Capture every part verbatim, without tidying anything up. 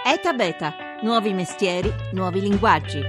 ETA Beta, nuovi mestieri, nuovi linguaggi.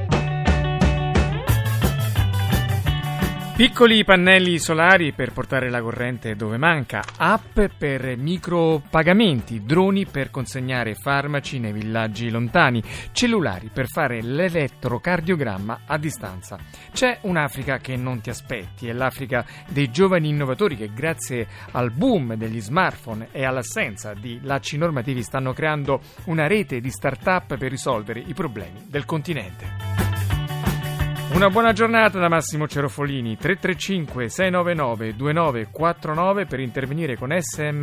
Piccoli pannelli solari per portare la corrente dove manca, app per micropagamenti, droni per consegnare farmaci nei villaggi lontani, cellulari per fare l'elettrocardiogramma a distanza. C'è un'Africa che non ti aspetti, è l'Africa dei giovani innovatori che grazie al boom degli smartphone e all'assenza di lacci normativi stanno creando una rete di start-up per risolvere i problemi del continente. Una buona giornata da Massimo Cerofolini. Tre tre cinque sei nove nove due nove quattro nove per intervenire con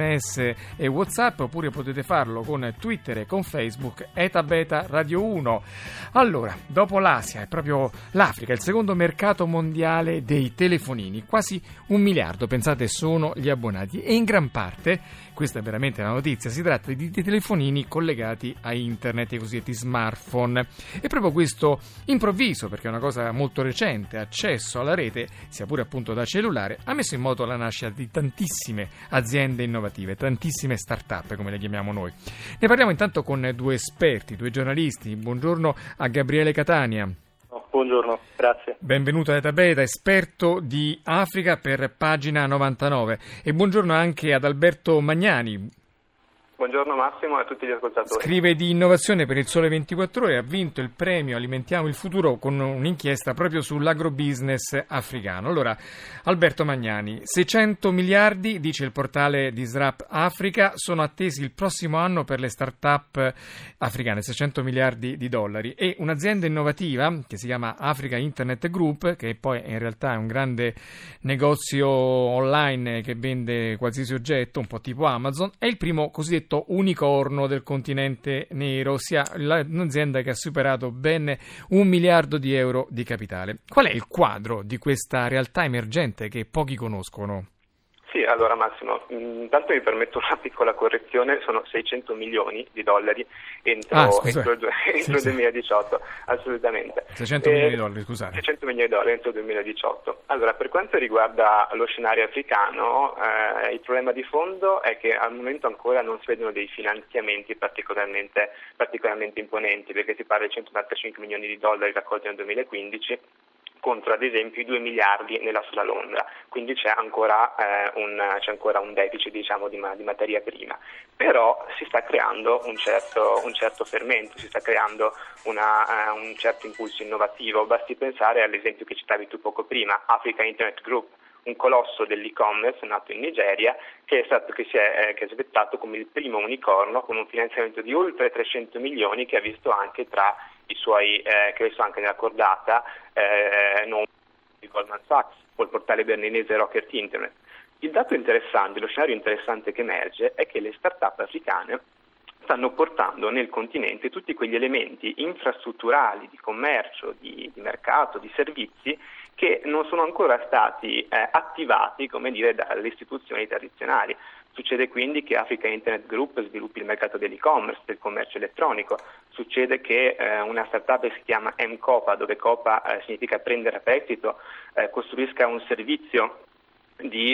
sms e WhatsApp, oppure potete farlo con Twitter e con Facebook ETA Beta Radio uno. Allora, dopo l'Asia è proprio l'Africa il secondo mercato mondiale dei telefonini, quasi un miliardo, pensate, sono gli abbonati, e in gran parte, questa è veramente la notizia, si tratta di telefonini collegati a internet, i cosiddetti smartphone. E proprio questo improvviso, perché è una cosa molto recente, accesso alla rete, sia pure appunto da cellulare, ha messo in moto la nascita di tantissime aziende innovative, tantissime start-up come le chiamiamo noi. Ne parliamo intanto con due esperti, due giornalisti. Buongiorno a Gabriele Catania. Buongiorno, grazie. Benvenuto a ETA Beta, esperto di Africa per Pagina novantanove. E buongiorno anche ad Alberto Magnani. Buongiorno Massimo e a tutti gli ascoltatori. Scrive di innovazione per il Sole ventiquattro Ore, ha vinto il premio Alimentiamo il futuro con un'inchiesta proprio sull'agrobusiness africano. Allora, Alberto Magnani, seicento miliardi, dice il portale di Srap Africa, sono attesi il prossimo anno per le start-up africane, seicento miliardi di dollari. E un'azienda innovativa che si chiama Africa Internet Group, che poi in realtà è un grande negozio online che vende qualsiasi oggetto, un po' tipo Amazon, è il primo cosiddetto unicorno del continente nero, ossia un'azienda che ha superato ben un miliardo di euro di capitale. Qual è il quadro di questa realtà emergente che pochi conoscono? Sì, allora Massimo, intanto mi permetto una piccola correzione, sono seicento milioni di dollari entro, ah, entro, entro sì, il sì. duemiladiciotto, assolutamente. seicento milioni di dollari, scusate. seicento milioni di dollari entro il duemiladiciotto. Allora, per quanto riguarda lo scenario africano, eh, il problema di fondo è che al momento ancora non si vedono dei finanziamenti particolarmente, particolarmente imponenti, perché si parla di centonovantacinque milioni di dollari raccolti nel duemilaquindici, contro ad esempio i due miliardi nella sola Londra, quindi c'è ancora, eh, un, c'è ancora un deficit, diciamo, di, di materia prima, però si sta creando un certo, un certo fermento, si sta creando una, uh, un certo impulso innovativo. Basti pensare all'esempio che citavi tu poco prima, Africa Internet Group, un colosso dell'e-commerce nato in Nigeria che è stato che si è, eh, che è svettato come il primo unicorno con un finanziamento di oltre trecento milioni, che ha visto anche tra i suoi eh, che ha visto anche nella cordata eh, non di Goldman Sachs o il portale berlinese Rocket Internet. Il dato interessante, lo scenario interessante che emerge è che le start-up africane stanno portando nel continente tutti quegli elementi infrastrutturali, di commercio, di, di mercato, di servizi che non sono ancora stati eh, attivati, come dire, dalle istituzioni tradizionali. Succede quindi che Africa Internet Group sviluppi il mercato dell'e-commerce, del commercio elettronico. Succede che eh, una startup che si chiama M-Copa, dove Copa eh, significa prendere a prestito, eh, costruisca un servizio di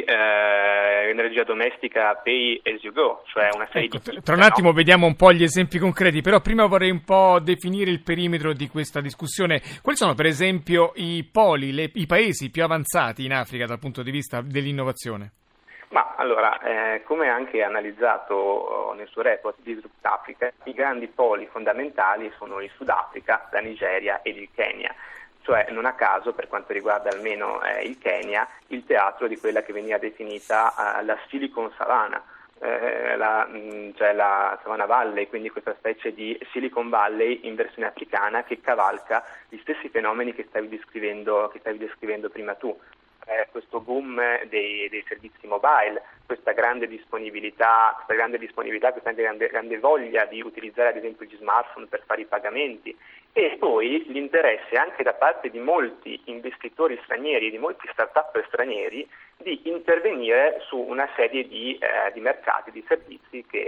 eh, energia domestica pay as you go, cioè una serie ecco, di... Tra un attimo no? Vediamo un po' gli esempi concreti, però prima vorrei un po' definire il perimetro di questa discussione. Quali sono per esempio i poli, le, i paesi più avanzati in Africa dal punto di vista dell'innovazione? Ma allora, eh, come anche analizzato oh, nel suo report di Disrupt Africa, i grandi poli fondamentali sono il Sudafrica, la Nigeria ed il Kenya. Cioè, non a caso, per quanto riguarda almeno eh, il Kenya, il teatro di quella che veniva definita uh, la Silicon Savannah, eh, la, mh, cioè la Savannah Valley, quindi questa specie di Silicon Valley in versione africana che cavalca gli stessi fenomeni che stavi descrivendo, che stavi descrivendo prima tu. Eh, questo boom dei, dei servizi mobile, questa grande disponibilità, questa grande disponibilità, questa grande, grande voglia di utilizzare ad esempio gli smartphone per fare i pagamenti, e poi l'interesse anche da parte di molti investitori stranieri, di molti start-up stranieri, di intervenire su una serie di, eh, di mercati, di servizi che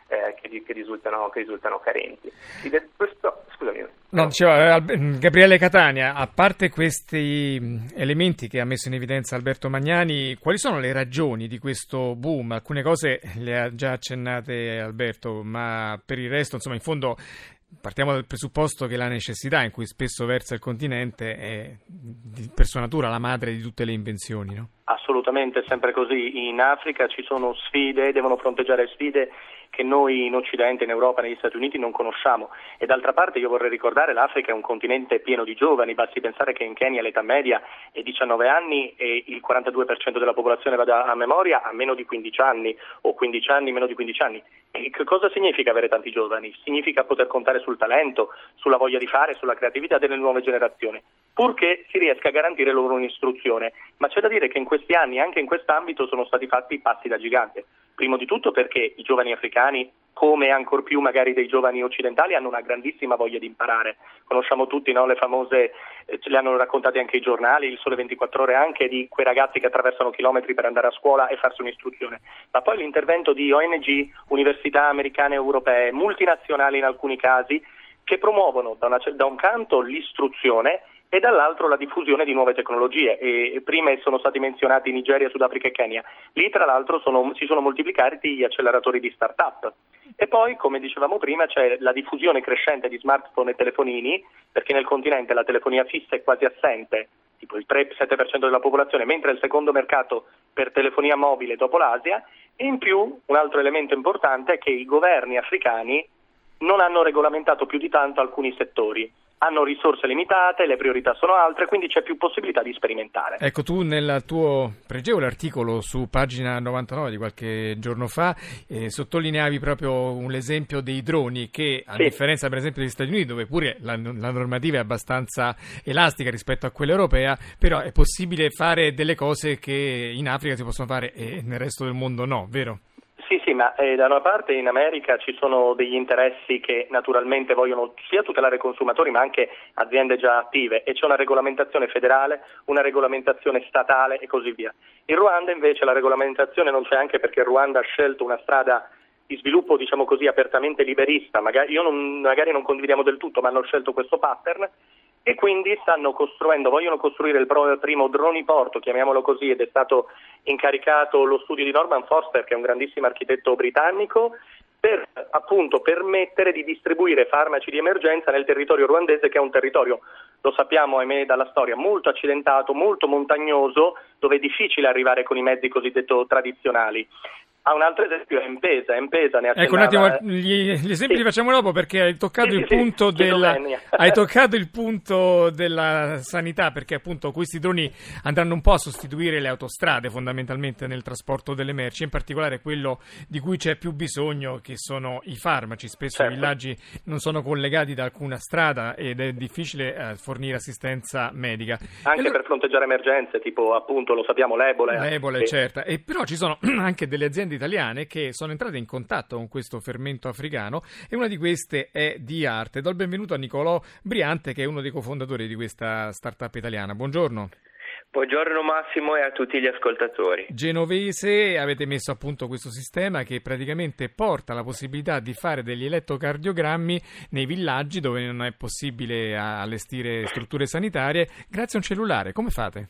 eh, che, che, risultano, che risultano carenti. Questo, scusami. No, diceva, Gabriele Catania, a parte questi elementi che ha messo in evidenza Alberto Magnani, quali sono le ragioni di questo boom? Alcune cose le ha già accennate Alberto, ma per il resto, insomma, in fondo partiamo dal presupposto che la necessità in cui spesso versa il continente è per sua natura la madre di tutte le invenzioni, no? Assolutamente, è sempre così. In Africa ci sono sfide, devono fronteggiare sfide che noi in Occidente, in Europa, negli Stati Uniti non conosciamo. E d'altra parte io vorrei ricordare, l'Africa è un continente pieno di giovani, basti pensare che in Kenya l'età media è diciannove anni e il quarantadue per cento della popolazione, vada a memoria, ha meno di quindici anni o quindici anni, meno di quindici anni. E che cosa significa avere tanti giovani? Significa poter contare sul talento, sulla voglia di fare, sulla creatività delle nuove generazioni, purché si riesca a garantire loro un'istruzione. Ma c'è da dire che in questi anni, anche in quest'ambito, sono stati fatti passi da gigante. Primo di tutto perché i giovani africani, come ancor più magari dei giovani occidentali, hanno una grandissima voglia di imparare. Conosciamo tutti, no, le famose, eh, ce le hanno raccontate anche i giornali, il Sole ventiquattro Ore, anche di quei ragazzi che attraversano chilometri per andare a scuola e farsi un'istruzione. Ma poi l'intervento di O N G, università americane e europee, multinazionali in alcuni casi, che promuovono da, una, da un canto l'istruzione e dall'altro la diffusione di nuove tecnologie. E prima sono stati menzionati Nigeria, Sudafrica e Kenya. Lì tra l'altro sono, si sono moltiplicati gli acceleratori di start-up. E poi, come dicevamo prima, c'è la diffusione crescente di smartphone e telefonini, perché nel continente la telefonia fissa è quasi assente, tipo il tre sette per cento della popolazione, mentre è il secondo mercato per telefonia mobile dopo l'Asia. E in più, un altro elemento importante è che i governi africani non hanno regolamentato più di tanto alcuni settori. Hanno risorse limitate, le priorità sono altre, quindi c'è più possibilità di sperimentare. Ecco, tu nel tuo pregevole articolo su pagina novantanove di qualche giorno fa eh, sottolineavi proprio un esempio dei droni che, a sì. differenza per esempio degli Stati Uniti, dove pure la, la normativa è abbastanza elastica rispetto a quella europea, però è possibile fare delle cose che in Africa si possono fare e nel resto del mondo no, vero? Sì, sì, ma eh, da una parte in America ci sono degli interessi che naturalmente vogliono sia tutelare i consumatori ma anche aziende già attive, e c'è una regolamentazione federale, una regolamentazione statale e così via. In Ruanda invece la regolamentazione non c'è, anche perché il Ruanda ha scelto una strada di sviluppo, diciamo così, apertamente liberista. Magari, io non, magari non condividiamo del tutto, ma hanno scelto questo pattern. E quindi stanno costruendo, vogliono costruire il primo droniporto, chiamiamolo così, ed è stato incaricato lo studio di Norman Foster, che è un grandissimo architetto britannico, per appunto permettere di distribuire farmaci di emergenza nel territorio ruandese, che è un territorio, lo sappiamo ahimè dalla storia, molto accidentato, molto montagnoso, dove è difficile arrivare con i mezzi cosiddetti tradizionali. Ah, un altro esempio è M-Pesa, M-Pesa ne accennava... Ecco, un attimo, gli, gli esempi sì. li facciamo dopo, perché hai toccato, sì, il, sì, punto sì, della, hai toccato il punto della sanità, perché appunto questi droni andranno un po' a sostituire le autostrade fondamentalmente nel trasporto delle merci, in particolare quello di cui c'è più bisogno, che sono i farmaci. Spesso certo. i villaggi non sono collegati da alcuna strada ed è difficile eh, fornire assistenza medica. Anche allora, per fronteggiare emergenze, tipo appunto lo sappiamo l'Ebola. L'Ebola, sì. certo. E però ci sono anche delle aziende italiane che sono entrate in contatto con questo fermento africano, e una di queste è Diarte. Do il benvenuto a Nicolò Briante, che è uno dei cofondatori di questa startup italiana. Buongiorno. Buongiorno Massimo e a tutti gli ascoltatori. Genovese, avete messo a punto questo sistema che praticamente porta la possibilità di fare degli elettrocardiogrammi nei villaggi dove non è possibile allestire strutture sanitarie grazie a un cellulare. Come fate?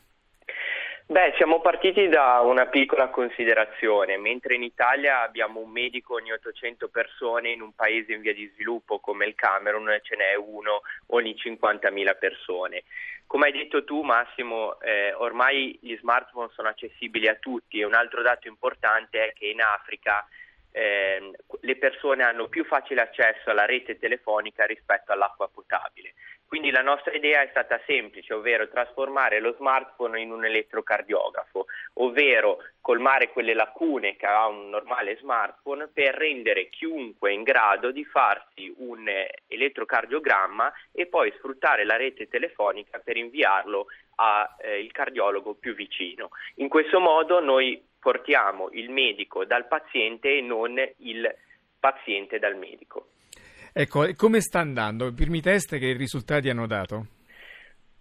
Beh, siamo partiti da una piccola considerazione. Mentre in Italia abbiamo un medico ogni ottocento persone, in un paese in via di sviluppo come il Camerun ce n'è uno ogni cinquantamila persone. Come hai detto tu Massimo, eh, ormai gli smartphone sono accessibili a tutti, e un altro dato importante è che in Africa eh, le persone hanno più facile accesso alla rete telefonica rispetto all'acqua potabile. Quindi la nostra idea è stata semplice, ovvero trasformare lo smartphone in un elettrocardiografo, ovvero colmare quelle lacune che ha un normale smartphone per rendere chiunque in grado di farsi un elettrocardiogramma e poi sfruttare la rete telefonica per inviarlo al eh, cardiologo più vicino. In questo modo noi portiamo il medico dal paziente e non il paziente dal medico. Ecco, come sta andando? I primi test che risultati hanno dato?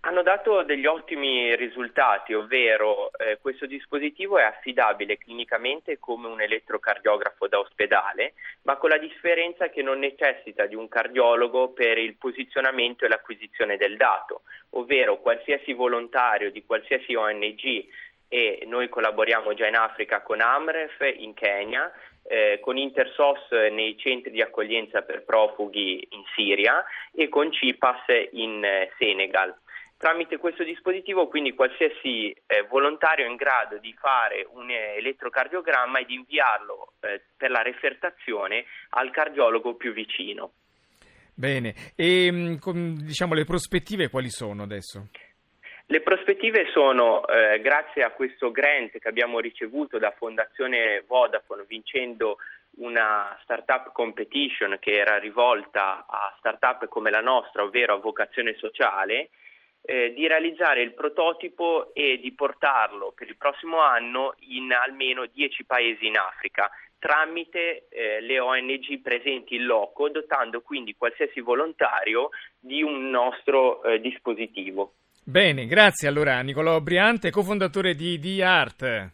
Hanno dato degli ottimi risultati, ovvero eh, questo dispositivo è affidabile clinicamente come un elettrocardiografo da ospedale, ma con la differenza che non necessita di un cardiologo per il posizionamento e l'acquisizione del dato, ovvero qualsiasi volontario di qualsiasi O N G, e noi collaboriamo già in Africa con Amref in Kenya, eh, con Intersos nei centri di accoglienza per profughi in Siria e con C I P A S in eh, Senegal. Tramite questo dispositivo quindi qualsiasi eh, volontario è in grado di fare un eh, elettrocardiogramma e di inviarlo eh, per la refertazione al cardiologo più vicino. Bene, e com, diciamo le prospettive quali sono adesso? Le prospettive sono, eh, grazie a questo grant che abbiamo ricevuto da Fondazione Vodafone, vincendo una startup competition che era rivolta a startup come la nostra, ovvero a vocazione sociale, Eh, di realizzare il prototipo e di portarlo per il prossimo anno in almeno dieci paesi in Africa tramite eh, le O N G presenti in loco, dotando quindi qualsiasi volontario di un nostro eh, dispositivo. Bene, grazie allora Nicolò Briante, cofondatore di D-Art.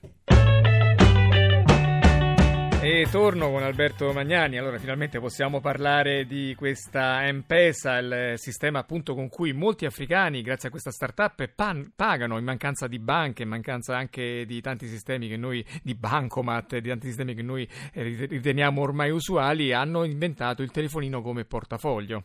E torno con Alberto Magnani. Allora finalmente possiamo parlare di questa M-Pesa, il sistema appunto con cui molti africani grazie a questa startup pan- pagano in mancanza di banche, in mancanza anche di tanti sistemi che noi, di bancomat, di tanti sistemi che noi riteniamo ormai usuali, hanno inventato il telefonino come portafoglio.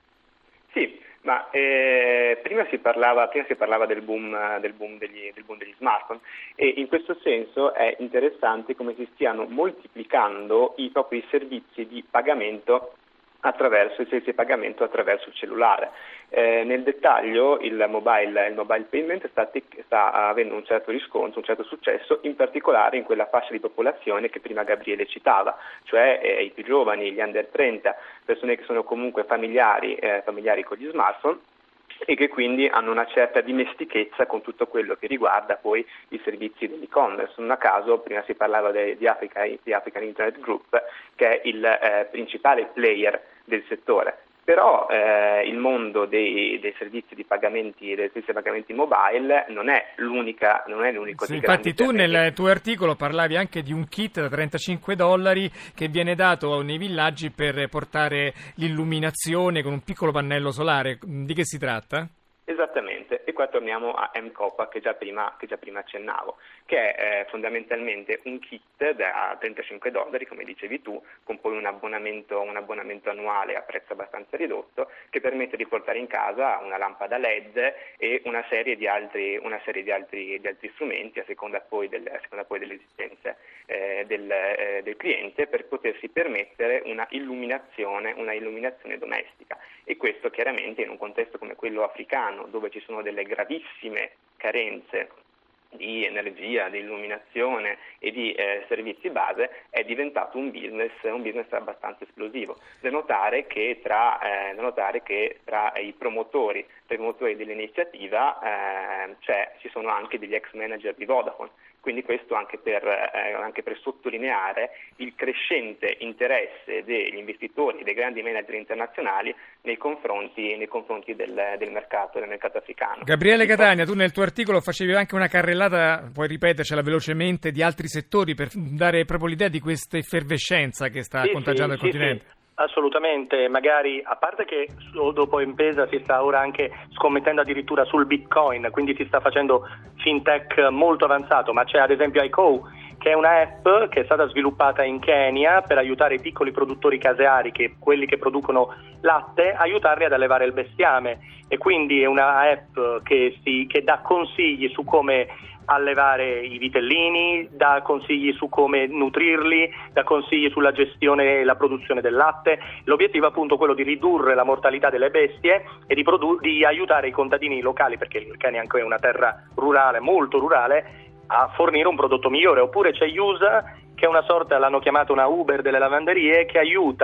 Sì, ma eh, prima si parlava prima si parlava del boom del boom degli del boom degli smartphone, e in questo senso è interessante come si stiano moltiplicando i propri servizi di pagamento attraverso il servizio di pagamento attraverso il cellulare. Eh, nel dettaglio il mobile, il mobile payment sta, sta avendo un certo riscontro, un certo successo, in particolare in quella fascia di popolazione che prima Gabriele citava, cioè eh, i più giovani, gli under trenta, persone che sono comunque familiari, eh, familiari con gli smartphone e che quindi hanno una certa dimestichezza con tutto quello che riguarda poi i servizi dell'e-commerce. Non a caso prima si parlava de, di, Africa, di African Internet Group, che è il eh, principale player del settore. Però eh, il mondo dei, dei servizi di pagamenti dei servizi di pagamenti mobile non è l'unica non è l'unico. Sì, infatti tu nel tuo articolo parlavi anche di un kit da trentacinque dollari che viene dato nei villaggi per portare l'illuminazione con un piccolo pannello solare. Di che si tratta? Esattamente, e qua torniamo a M-Copa che già prima, che già prima accennavo, che è eh, fondamentalmente un kit da trentacinque dollari, come dicevi tu, con poi un abbonamento, un abbonamento annuale a prezzo abbastanza ridotto, che permette di portare in casa una lampada L E D e una serie di altri, una serie di altri, di altri strumenti a seconda poi, del, a seconda poi delle esigenze eh, del, eh, del cliente, per potersi permettere una illuminazione, una illuminazione domestica. E questo chiaramente in un contesto come quello africano, dove ci sono delle gravissime carenze di energia, di illuminazione e di eh, servizi base, è diventato un business, un business abbastanza esplosivo. Da notare che tra, eh, da notare che tra i promotori, tra i promotori dell'iniziativa eh, cioè, ci sono anche degli ex manager di Vodafone. Quindi questo anche per, eh, anche per sottolineare il crescente interesse degli investitori, dei grandi manager internazionali nei confronti, nei confronti del, del mercato, del mercato africano. Gabriele Catania, tu nel tuo articolo facevi anche una carrellata, puoi ripetercela velocemente, di altri settori per dare proprio l'idea di questa effervescenza che sta sì, contagiando sì, il sì, continente. Sì. Assolutamente, magari a parte che dopo M-Pesa si sta ora anche scommettendo addirittura sul Bitcoin, quindi si sta facendo fintech molto avanzato, ma c'è ad esempio iCo, che è una app che è stata sviluppata in Kenya per aiutare i piccoli produttori caseari, che quelli che producono latte, aiutarli ad allevare il bestiame, e quindi è una app che, si, che dà consigli su come allevare i vitellini, dà consigli su come nutrirli, dà consigli sulla gestione e la produzione del latte. L'obiettivo è appunto quello di ridurre la mortalità delle bestie e di, produ- di aiutare i contadini locali, perché il Kenya anche è una terra rurale, molto rurale, a fornire un prodotto migliore. Oppure c'è Yusa, che è una sorta, l'hanno chiamata una Uber delle lavanderie, che aiuta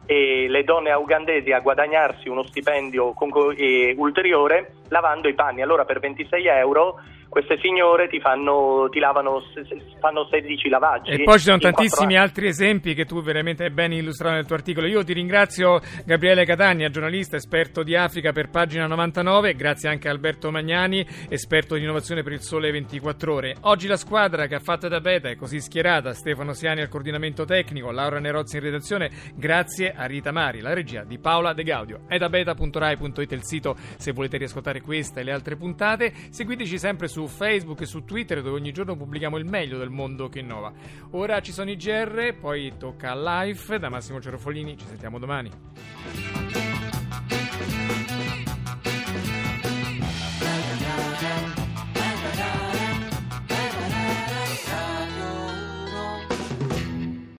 e le donne ugandesi a guadagnarsi uno stipendio con, eh, ulteriore lavando i panni. Allora per ventisei euro queste signore ti fanno ti lavano fanno sedici lavaggi. E poi ci sono tantissimi altri esempi che tu veramente hai ben illustrato nel tuo articolo. Io ti ringrazio, Gabriele Catania, giornalista, esperto di Africa per Pagina novantanove, grazie anche a Alberto Magnani, esperto di innovazione per il Sole ventiquattro Ore. Oggi la squadra che ha fatto da beta è così schierata: Stefano Siani al coordinamento tecnico, Laura Nerozzi in redazione, grazie a Rita Mari, la regia di Paola De Gaudio. È da beta punto rai punto it il sito se volete riascoltare questa e le altre puntate. Seguiteci sempre su Facebook e su Twitter, dove ogni giorno pubblichiamo il meglio del mondo che innova. Ora ci sono i G R, poi tocca a Life. Da Massimo Cerofolini, ci sentiamo domani.